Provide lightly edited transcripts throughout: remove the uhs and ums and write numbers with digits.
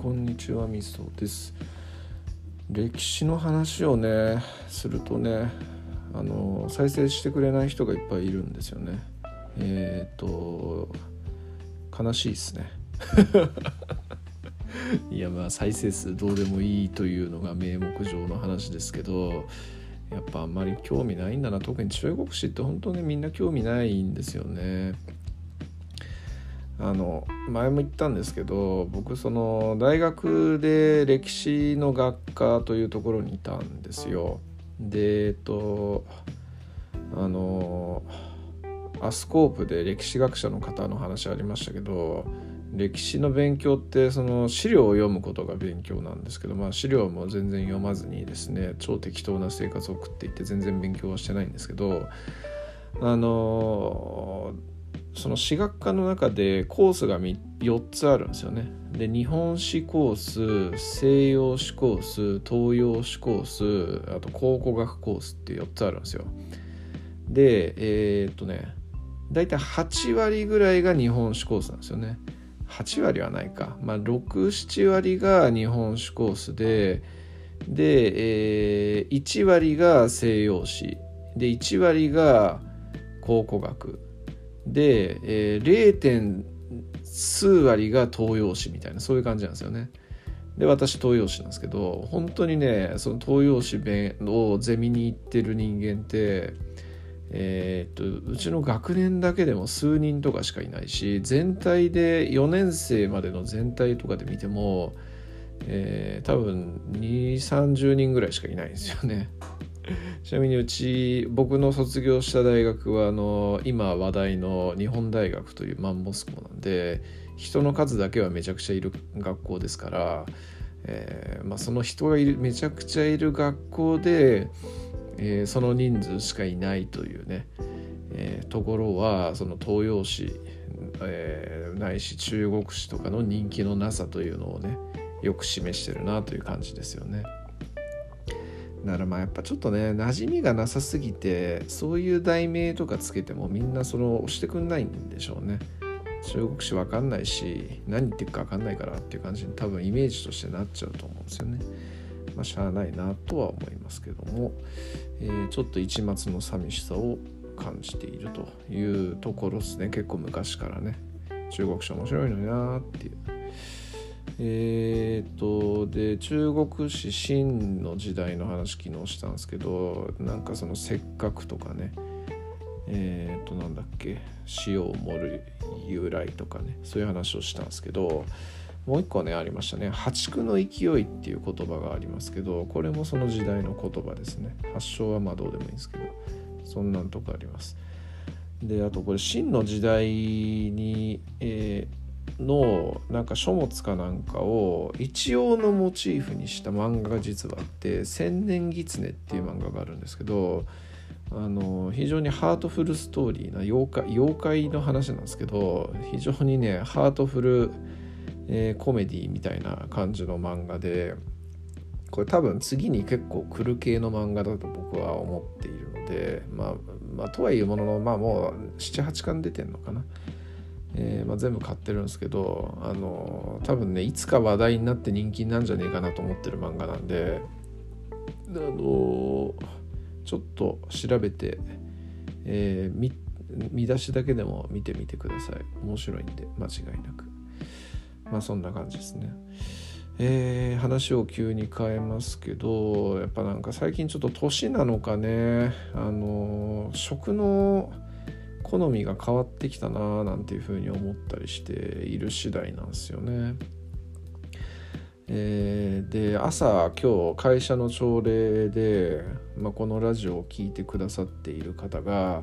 こんにちは、みそです。歴史の話をねするとね、再生してくれない人がいっぱいいるんですよね。悲しいですねいや、再生数どうでもいいというのが名目上の話ですけど、やっぱあんまり興味ないんだな。特に中国史って本当にみんな興味ないんですよね。前も言ったんですけど、僕その大学で歴史の学科というところにいたんですよ。でアスコープで歴史学者の方の話ありましたけど、歴史の勉強ってその資料を読むことが勉強なんですけど、資料も全然読まずにですね、超適当な生活を送っていて全然勉強はしてないんですけど、その史学科の中でコースが4つあるんですよね。で、日本史コース、西洋史コース、東洋史コース、あと考古学コースって4つあるんですよ。で、だいたい8割ぐらいが日本史コースなんですよね。8割はないか、6、7割が日本史コースで、1割が西洋史で、1割が考古学で、0. 数割が東洋史みたいな、そういう感じなんですよね。で、私東洋史なんですけど、本当にね、その東洋史をゼミに行ってる人間って、うちの学年だけでも数人とかしかいないし、全体で4年生までの全体とかで見ても、多分2、30人ぐらいしかいないんですよね。ちなみに僕の卒業した大学は今話題の日本大学というマンモス校なんで、人の数だけはめちゃくちゃいる学校ですから、その人がめちゃくちゃいる学校で、その人数しかいないというね、ところはその東洋史、ないし中国史とかの人気のなさというのをね、よく示してるなという感じですよね。だからやっぱちょっとね、馴染みがなさすぎて、そういう題名とかつけてもみんなその押してくんないんでしょうね。中国史わかんないし、何言ってるかわかんないからっていう感じに多分イメージとしてなっちゃうと思うんですよね。しゃあないなとは思いますけども、ちょっと一末の寂しさを感じているというところですね。結構昔からね、中国史面白いのになっていう。で、中国史秦の時代の話昨日したんですけど、なんかそのせっかくとかね、なんだっけ、塩を盛る由来とかね、そういう話をしたんですけど、もう一個ねありましたね。破竹の勢いっていう言葉がありますけど、これもその時代の言葉ですね。発祥はどうでもいいんですけど、そんなんとかあります。で、あとこれ秦の時代に、のなんか書物かなんかを一葉のモチーフにした漫画が実はあって、千年狐っていう漫画があるんですけど、非常にハートフルストーリーな妖怪の話なんですけど、非常にねハートフル、コメディみたいな感じの漫画で、これ多分次に結構来る系の漫画だと僕は思っているので、とはいうものの、もう 7,8 巻出てんのかな。全部買ってるんですけど、多分ねいつか話題になって人気なんじゃねえかなと思ってる漫画なんで、ちょっと調べて、見出しだけでも見てみてください。面白いんで間違いなく。そんな感じですね。話を急に変えますけど、やっぱなんか最近ちょっと年なのかね、食の好みが変わってきたななんていうふうに思ったりしている次第なんですよね。で、今日会社の朝礼で、このラジオを聞いてくださっている方が、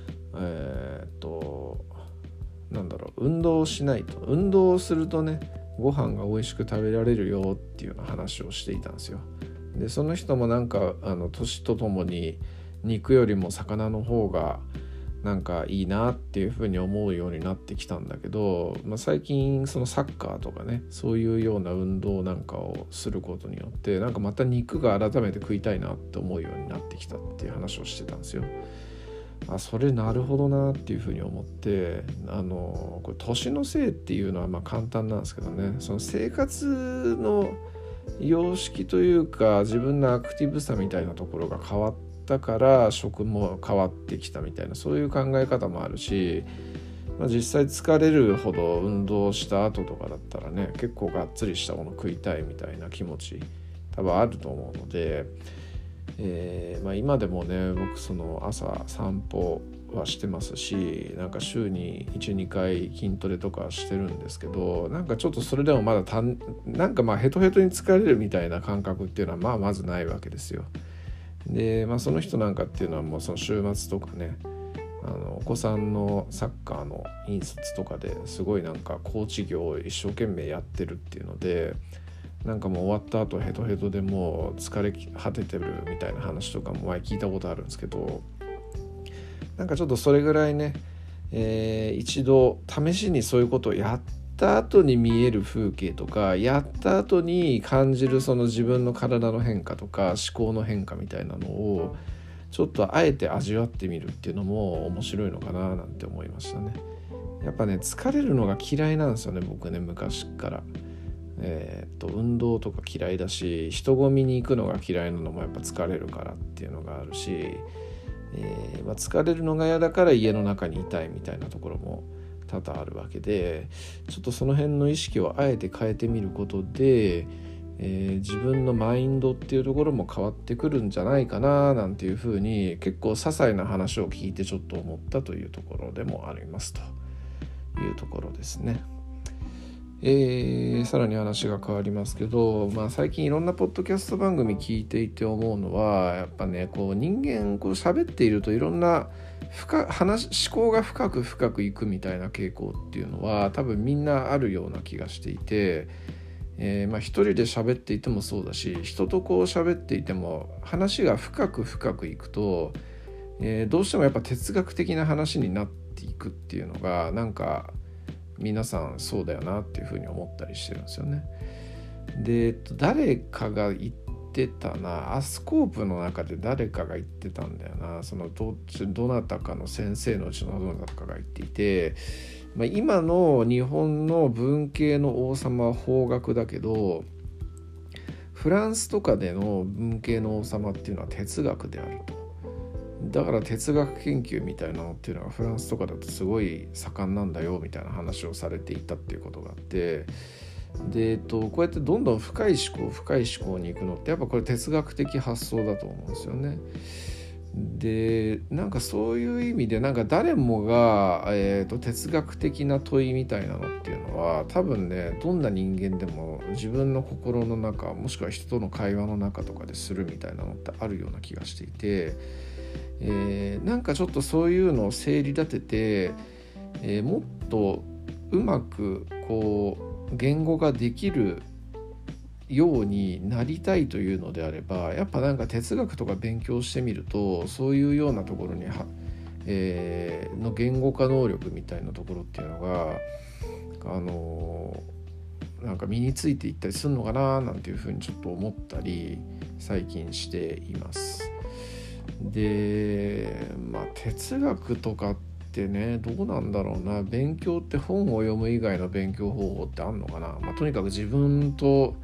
運動をしないと、運動をするとねご飯が美味しく食べられるよっていうような話をしていたんですよ。で、その人もなんか年とともに肉よりも魚の方がなんかいいなっていうふうに思うようになってきたんだけど、最近そのサッカーとかね、そういうような運動なんかをすることによってなんかまた肉が改めて食いたいなって思うようになってきたっていう話をしてたんですよ。 それなるほどなっていうふうに思って、これ年のせいっていうのはまあ簡単なんですけどね、その生活の様式というか自分のアクティブさみたいなところが変わったから食も変わってきたみたいな、そういう考え方もあるし、実際疲れるほど運動した後とかだったらね、結構がっつりしたもの食いたいみたいな気持ち多分あると思うので、今でもね、僕その朝散歩はしてますし、なんか週に 1,2 回筋トレとかしてるんですけど、なんかちょっとそれでもまだなんかヘトヘトに疲れるみたいな感覚っていうのはまずないわけですよ。で、その人なんかっていうのはもうその週末とかね、お子さんのサッカーの引率とかですごいなんかコーチ業を一生懸命やってるっていうので、なんかもう終わった後ヘトヘトでもう疲れ果ててるみたいな話とかも前聞いたことあるんですけど、なんかちょっとそれぐらいね、一度試しにそういうことをやった後に見える風景とか、やった後に感じるその自分の体の変化とか思考の変化みたいなのをちょっとあえて味わってみるっていうのも面白いのかななんて思いましたね。やっぱね、疲れるのが嫌いなんですよね、僕ね、昔から。運動とか嫌いだし、人混みに行くのが嫌いなのもやっぱ疲れるからっていうのがあるし、疲れるのが嫌だから家の中にいたいみたいなところも多々あるわけで、ちょっとその辺の意識をあえて変えてみることで、自分のマインドっていうところも変わってくるんじゃないかななんていうふうに、結構些細な話を聞いてちょっと思ったというところでもありますというところですね。さらに話が変わりますけど、最近いろんなポッドキャスト番組聞いていて思うのは、やっぱね、こう人間こう喋っているといろんな思考が深くいくみたいな傾向っていうのは多分みんなあるような気がしていて、一人で喋っていてもそうだし、人とこう喋っていても話が深くいくと、どうしてもやっぱ哲学的な話になっていくっていうのがなんか皆さんそうだよなっていうふうに思ったりしてるんですよね。で、誰かが言ってたな、アスコープの中で誰かが言ってたんだよな、そのどなたかの先生のうちのどなたかが言っていて、今の日本の文系の王様は法学だけど、フランスとかでの文系の王様っていうのは哲学であると。だから哲学研究みたいなのっていうのがフランスとかだとすごい盛んなんだよみたいな話をされていたっていうことがあって、で、こうやってどんどん深い思考に行くのってやっぱこれ哲学的発想だと思うんですよね。で、なんかそういう意味でなんか誰もが、哲学的な問いみたいなのっていうのは多分ね、どんな人間でも自分の心の中、もしくは人との会話の中とかでするみたいなのってあるような気がしていて、なんかちょっとそういうのを整理立てて、もっとうまくこう言語ができるようになりたいというのであれば、やっぱなんか哲学とか勉強してみると、そういうようなところにの言語化能力みたいなところっていうのがなんか身についていったりするのかななんていうふうにちょっと思ったり最近しています。で、哲学とかってね、どうなんだろうな、勉強って本を読む以外の勉強方法ってあんのかな。とにかく自分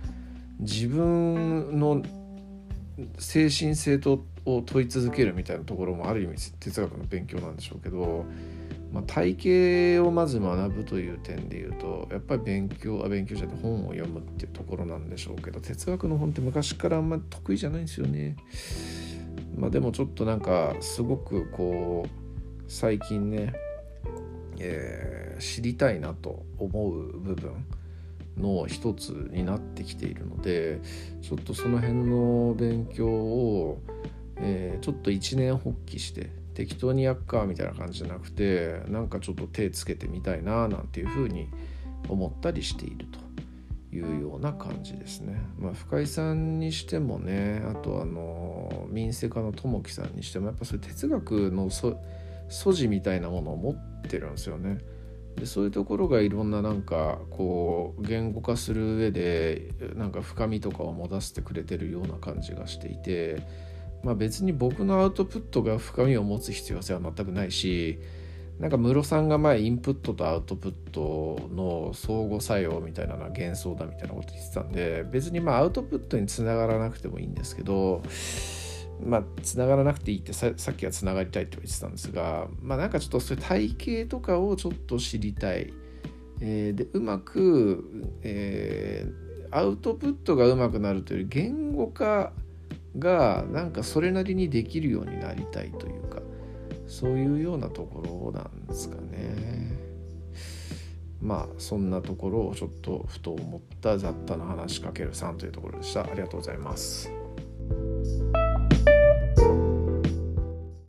の精神性を問い続けるみたいなところもある意味哲学の勉強なんでしょうけど、体系をまず学ぶという点でいうと、やっぱり勉強じゃなくて本を読むっていうところなんでしょうけど、哲学の本って昔からあんまり得意じゃないんですよね。でもちょっとなんかすごくこう最近ね、知りたいなと思う部分の一つになってきているので、ちょっとその辺の勉強を、ちょっと一年発起して適当にやっかみたいな感じじゃなくて、なんかちょっと手つけてみたいななんていうふうに思ったりしているというような感じですね。深井さんにしてもね、あと民生家の友樹さんにしても、やっぱそういう哲学の素地みたいなものを持ってるんですよね。で、そういうところがいろんななんかこう言語化する上でなんか深みとかを持たせてくれてるような感じがしていて、 別に僕のアウトプットが深みを持つ必要性は全くないし、なんか室さんが前インプットとアウトプットの相互作用みたいなのは幻想だみたいなこと言ってたんで、別にアウトプットにつながらなくてもいいんですけど、つながらなくていいってさっきはつながりたいって言ってたんですが、なんかちょっとそういう体系とかをちょっと知りたい、でうまく、アウトプットがうまくなるというより言語化がなんかそれなりにできるようになりたいというか、そういうようなところなんですかね。そんなところをちょっとふと思った雑多な話×3というところでした。ありがとうございます。